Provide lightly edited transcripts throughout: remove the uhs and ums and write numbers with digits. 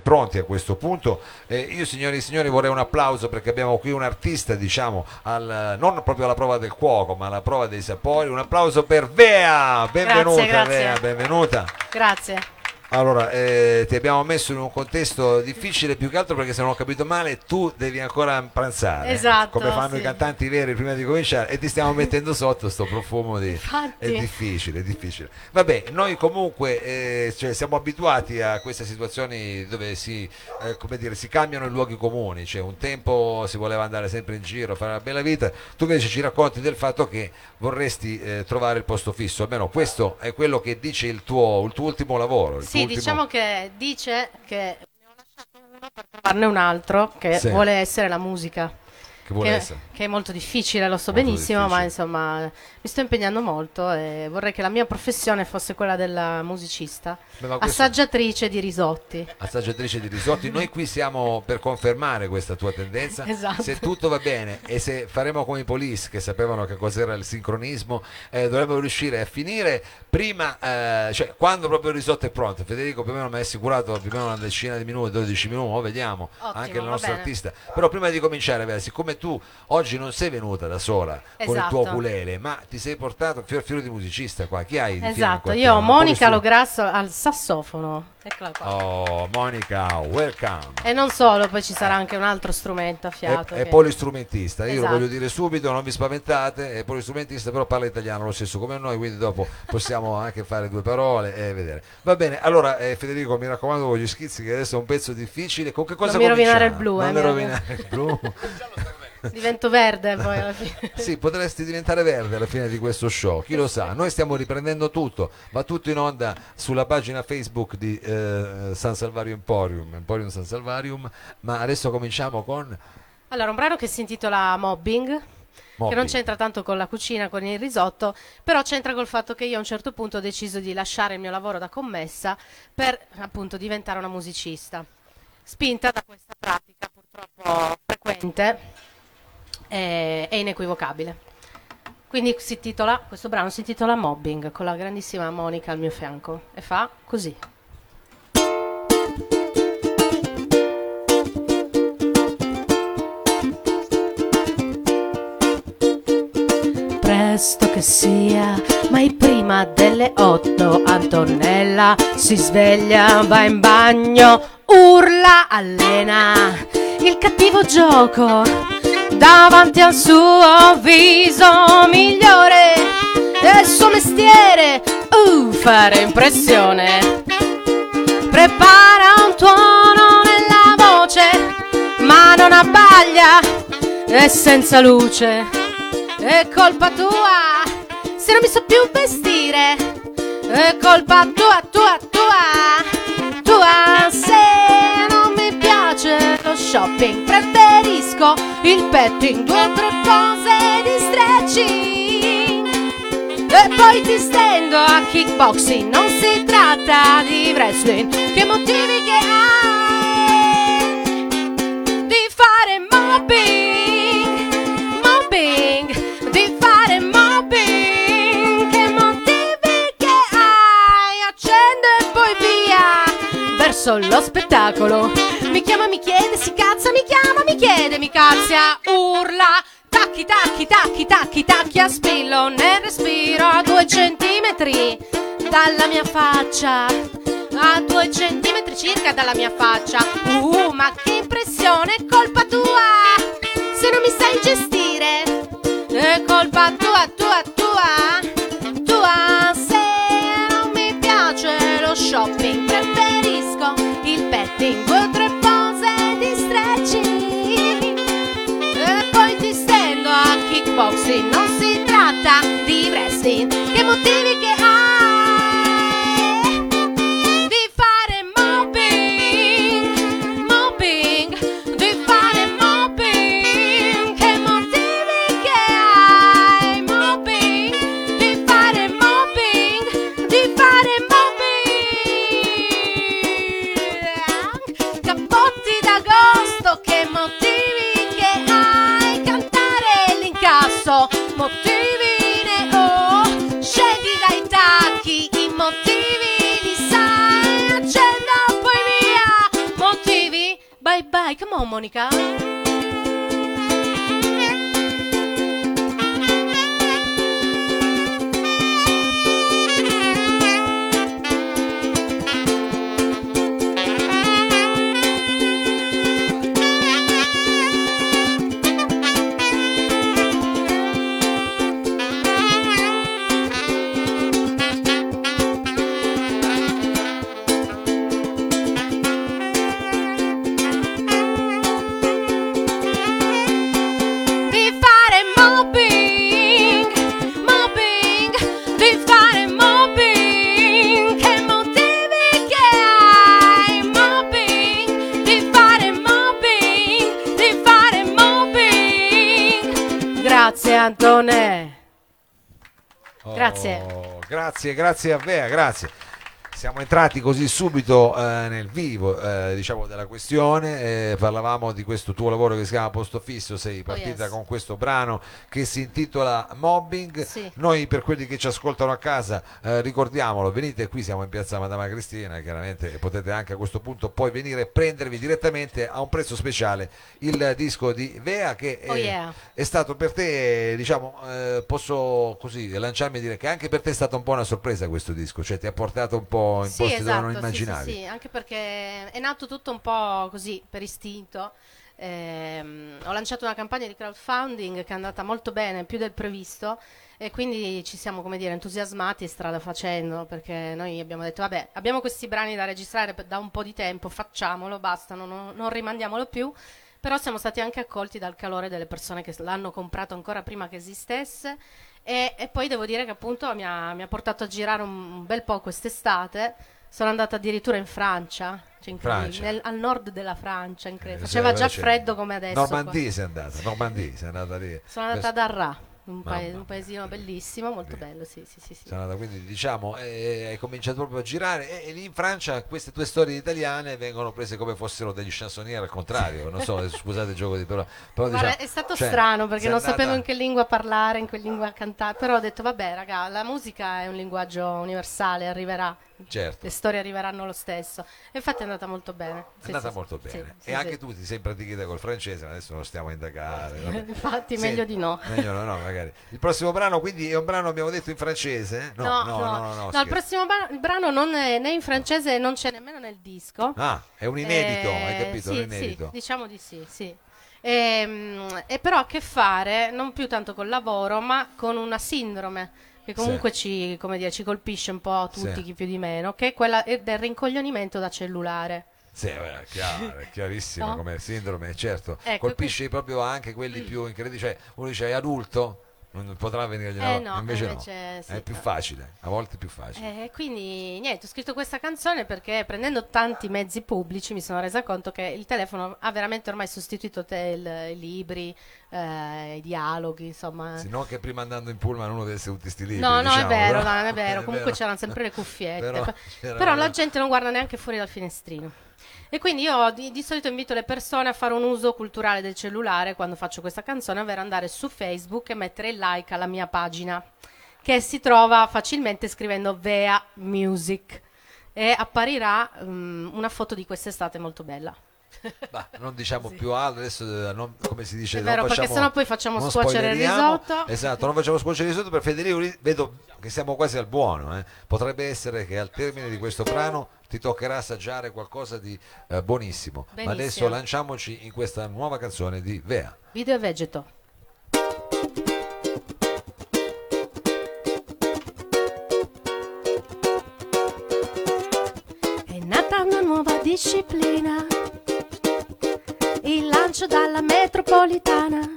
pronti a questo punto. Io signori e signori vorrei un applauso perché abbiamo qui un artista, diciamo, non proprio alla prova del cuoco ma alla prova dei sapori. Un applauso per Vea, benvenuta. Grazie. Vea, benvenuta. Grazie. Allora, ti abbiamo messo in un contesto difficile più che altro perché se non ho capito male tu devi ancora pranzare, Esatto, come fanno sì. i cantanti veri prima di cominciare, e ti stiamo mettendo sotto sto profumo di... Infatti. È difficile, è difficile. Vabbè, noi comunque cioè, siamo abituati a queste situazioni dove come dire, si cambiano i luoghi comuni, cioè un tempo si voleva andare sempre in giro a fare una bella vita, tu invece ci racconti del fatto che vorresti trovare il posto fisso, almeno questo è quello che dice il tuo ultimo lavoro. Sì, diciamo che dice che ne ho lasciato uno per trovarne un altro che Sì. vuole essere la musica. Che vuole essere. Che è molto difficile, lo so Molto benissimo, difficile. ma insomma mi sto impegnando molto e vorrei che la mia professione fosse quella della musicista, Beh, ma questo- assaggiatrice di risotti. Assaggiatrice di risotti, noi qui siamo per confermare questa tua tendenza. Esatto. Se tutto va bene e se faremo come i Police che sapevano che cos'era il sincronismo, dovremmo riuscire a finire prima, cioè quando proprio il risotto è pronto. Federico più o meno mi ha assicurato più o meno una decina di minuti, 12 minuti, ora vediamo. Ottimo, Anche il va nostro bene. artista. Però prima di cominciare, Vera, siccome tu oggi non sei venuta da sola con il tuo Esatto. ukulele, ma ti sei portato fior di musicista qua, chi hai di fianco Esatto, a te? io ho Un po' di Monica su- Lograsso al sassofono. Eccola qua. Oh, Monica, welcome. E non solo, poi ci sarà anche un altro strumento a fiato. È che- polistrumentista, io lo Esatto. voglio dire subito, non vi spaventate, è polistrumentista però parla italiano lo stesso come noi, quindi dopo possiamo anche fare due parole e vedere. Va bene, allora Federico mi raccomando con gli schizzi che adesso è un pezzo difficile, con che cosa Non mi rovinare cominciamo? il blu, Non mi mi raccomando. rovinare il blu. Divento verde poi alla fine. Sì, potresti diventare verde alla fine di questo show, chi lo sa. Noi stiamo riprendendo tutto, va tutto in onda sulla pagina Facebook di San Salvario Emporium San Salvarium, ma adesso cominciamo con Allora, un brano che si intitola Mobbing, che non Mobbing. c'entra tanto con la cucina, con il risotto, però c'entra col fatto che io a un certo punto ho deciso di lasciare il mio lavoro da commessa per appunto diventare una musicista, spinta da questa pratica purtroppo frequente e inequivocabile. Quindi questo brano si intitola Mobbing, con la grandissima Monica al mio fianco, e fa così. Presto che sia, mai prima delle 8, Antonella si sveglia, va in bagno, urla, allena il cattivo gioco davanti al suo viso migliore. È il suo mestiere, fare impressione. Prepara un tuono nella voce, ma non abbaglia, è senza luce. È colpa tua se non mi so più vestire, è colpa tua se non mi piace lo shopping, preferisco il petting, 2 o 3 pose di stretching e poi ti stendo a kickboxing. Non si tratta di wrestling, che motivi che hai di fare mobbing, di fare mobbing, che motivi che hai? Accendo e poi via verso lo spettacolo. Mi chiama, mi chiede, si cazza, mi chiama, mi chiede, mi cazzia, urla, tacchi, a spillo nel respiro, a 2 centimetri dalla mia faccia, a 2 centimetri circa dalla mia faccia. Ma che impressione, è colpa tua se non mi sai gestire, è colpa tua se non mi piace lo shopping, preferisco il petting, 2 o 3 pose di stretching e poi ti stendo a kickboxing. Non si tratta di wrestling, che motivi che hai di fare mobbing, di fare mobbing, che motivi che hai? Mobbing, di fare mobbing, di fare mobbing. Cappotti d'agosto, che motivi che hai? Cantare l'incasso, bye bye. Come on, Monica. Grazie Antonè. Grazie. Grazie a Bea, grazie. Siamo entrati così subito nel vivo diciamo della questione, parlavamo di questo tuo lavoro che si chiama Posto Fisso, sei partita con questo brano che si intitola Mobbing, sì. Noi per quelli che ci ascoltano a casa ricordiamolo, venite qui, siamo in piazza Madama Cristina, chiaramente potete anche a questo punto poi venire a prendervi direttamente a un prezzo speciale il disco di Bea che è stato per te, diciamo, posso così lanciarmi e dire che anche per te è stata un po' una sorpresa questo disco, cioè ti ha portato un po' in posti dove non immaginavi. Sì, anche perché è nato tutto un po' così per istinto. Ho lanciato una campagna di crowdfunding che è andata molto bene, più del previsto, e quindi ci siamo, come dire, entusiasmati strada facendo, perché noi abbiamo detto vabbè, abbiamo questi brani da registrare da un po' di tempo, facciamolo, basta, non rimandiamolo più. Però siamo stati anche accolti dal calore delle persone che l'hanno comprato ancora prima che esistesse. E poi devo dire che appunto mi ha portato a girare un bel po' quest'estate. Sono andata addirittura in Francia, cioè al nord della Francia, faceva già freddo come adesso. Normandia sei andata lì. Sono andata ad Arras, un paesino bellissimo, molto bello, sì. Quindi diciamo hai cominciato proprio a girare e lì in Francia queste tue storie italiane vengono prese come fossero degli chansonnier al contrario, non so, scusate il gioco di però guarda, diciamo, è stato strano perché non sapevo in che lingua parlare, in che lingua cantare, però ho detto vabbè raga, la musica è un linguaggio universale, arriverà. Certo. Le storie arriveranno lo stesso. E infatti è andata molto bene. È andata molto bene. E anche tu ti sei impratichita col francese, adesso non stiamo a indagare. Infatti, meglio di no. Meglio no, magari. Il prossimo brano, quindi, è un brano, abbiamo detto, in francese? No, il prossimo brano non è né in francese, non c'è nemmeno nel disco. Ah, è un inedito, hai capito? Sì, un inedito. Sì, diciamo di sì. E però ha a che fare non più tanto col lavoro, ma con una sindrome che comunque ci colpisce un po' tutti, chi più di meno, che è quella del rincoglionimento da cellulare. Sì, è chiarissimo come sindrome, certo. Ecco, colpisce proprio anche quelli più incredibili, cioè uno dice è adulto, non potrà venire di nuovo, invece no, è più facile, a volte più facile. Quindi niente, ho scritto questa canzone perché prendendo tanti mezzi pubblici mi sono resa conto che il telefono ha veramente ormai sostituito i libri, i dialoghi, insomma. Sì, non che prima andando in pullman uno avesse tutti sti libri. No, diciamo, è vero, però, non è vero, comunque c'erano sempre le cuffiette, però la gente non guarda neanche fuori dal finestrino. E quindi io di solito invito le persone a fare un uso culturale del cellulare quando faccio questa canzone, ovvero andare su Facebook e mettere il like alla mia pagina, che si trova facilmente scrivendo Vea Music, e apparirà una foto di quest'estate molto bella. Bah, non diciamo più altro adesso, come si dice, è vero, perché sennò poi facciamo scuocere il risotto. Esatto, non facciamo scuocere il risotto. Per Federico vedo che siamo quasi al buono, potrebbe essere che al termine di questo brano ti toccherà assaggiare qualcosa di buonissimo. Benissimo. Ma adesso lanciamoci in questa nuova canzone di Vea, Video e Vegeto. È nata una nuova disciplina, il lancio dalla metropolitana.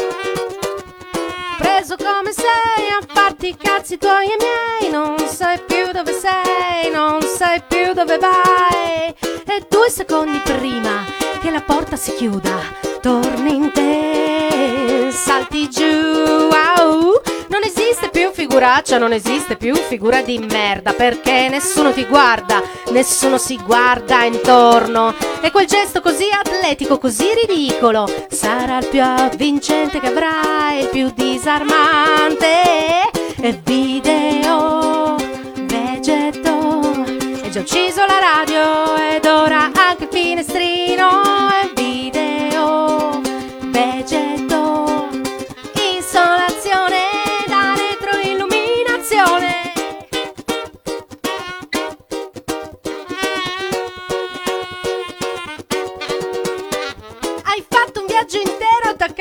Preso come sei a farti i cazzi tuoi e miei, non sai più dove sei, non sai più dove vai. E 2 secondi prima che la porta si chiuda, torni in te, salti giù. Au. Non esiste più figuraccia, non esiste più figura di merda, perché nessuno ti guarda, nessuno si guarda intorno. E quel gesto così atletico, così ridicolo, sarà il più avvincente che avrai, il più disarmante. E Video Vegeto è già ucciso la radio ed ora anche il finestrino. E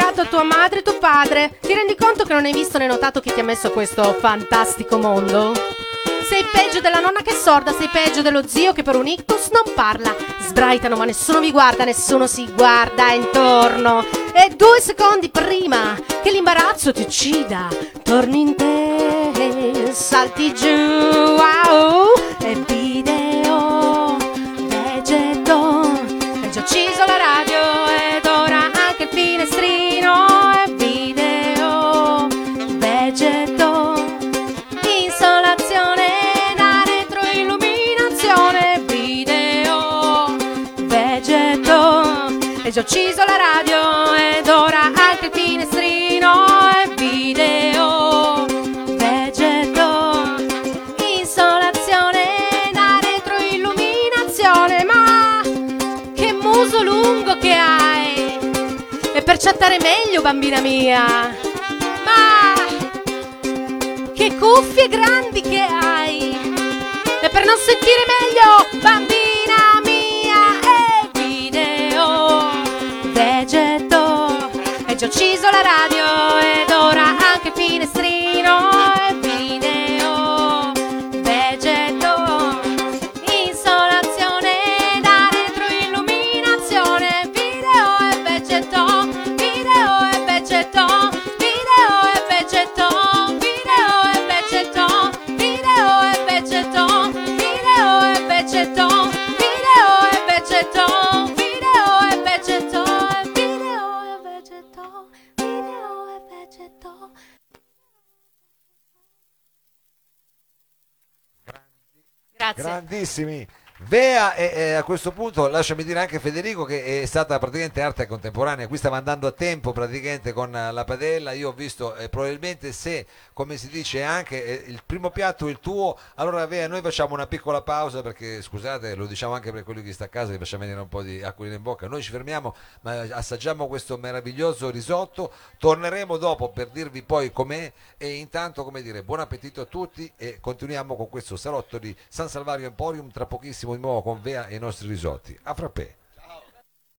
lasciato tua madre e tuo padre. Ti rendi conto che non hai visto né notato chi ti ha messo a questo fantastico mondo? Sei peggio della nonna che è sorda, sei peggio dello zio che per un ictus non parla. Sbraitano ma nessuno vi guarda, nessuno si guarda intorno. E 2 secondi prima che l'imbarazzo ti uccida, torni in te, salti giù, wow, e video, vegeto, hai già ucciso la radio ed ora anche il finestrino, e video, vegeto, insolazione da retroilluminazione, video, vegeto, hai già ucciso la radio ed ora anche il finestrino, e video, vegeto, insolazione da retroilluminazione. Ma che muso lungo che hai, e per chattare meglio, bambina mia. Ma che cuffie grandi che hai, e per non sentire meglio, bambina mia. E video, vegeto, hai già ucciso la radio ed ora anche il finestrino, e video, vegeto, insolazione da retroilluminazione, video e vegeto, video e vegeto, video e vegeto, video e vegeto, video e vegeto, video e vegeto, video e vegeto, video e vegeto, video e vegeto, video e vegeto. Grazie. Grandissimi. Vea, e a questo punto lasciami dire anche Federico che è stata praticamente arte contemporanea, qui stava andando a tempo praticamente con la padella. Io ho visto probabilmente, se come si dice anche il primo piatto è il tuo, allora Vea, noi facciamo una piccola pausa, perché scusate, lo diciamo anche per quelli che sta a casa, che facciamo venire un po' di acquolina in bocca. Noi ci fermiamo, ma assaggiamo questo meraviglioso risotto, torneremo dopo per dirvi poi com'è, e intanto, come dire, buon appetito a tutti, e continuiamo con questo salotto di San Salvario Emporium tra pochissimo di nuovo con Vea e i nostri risotti. A frappè.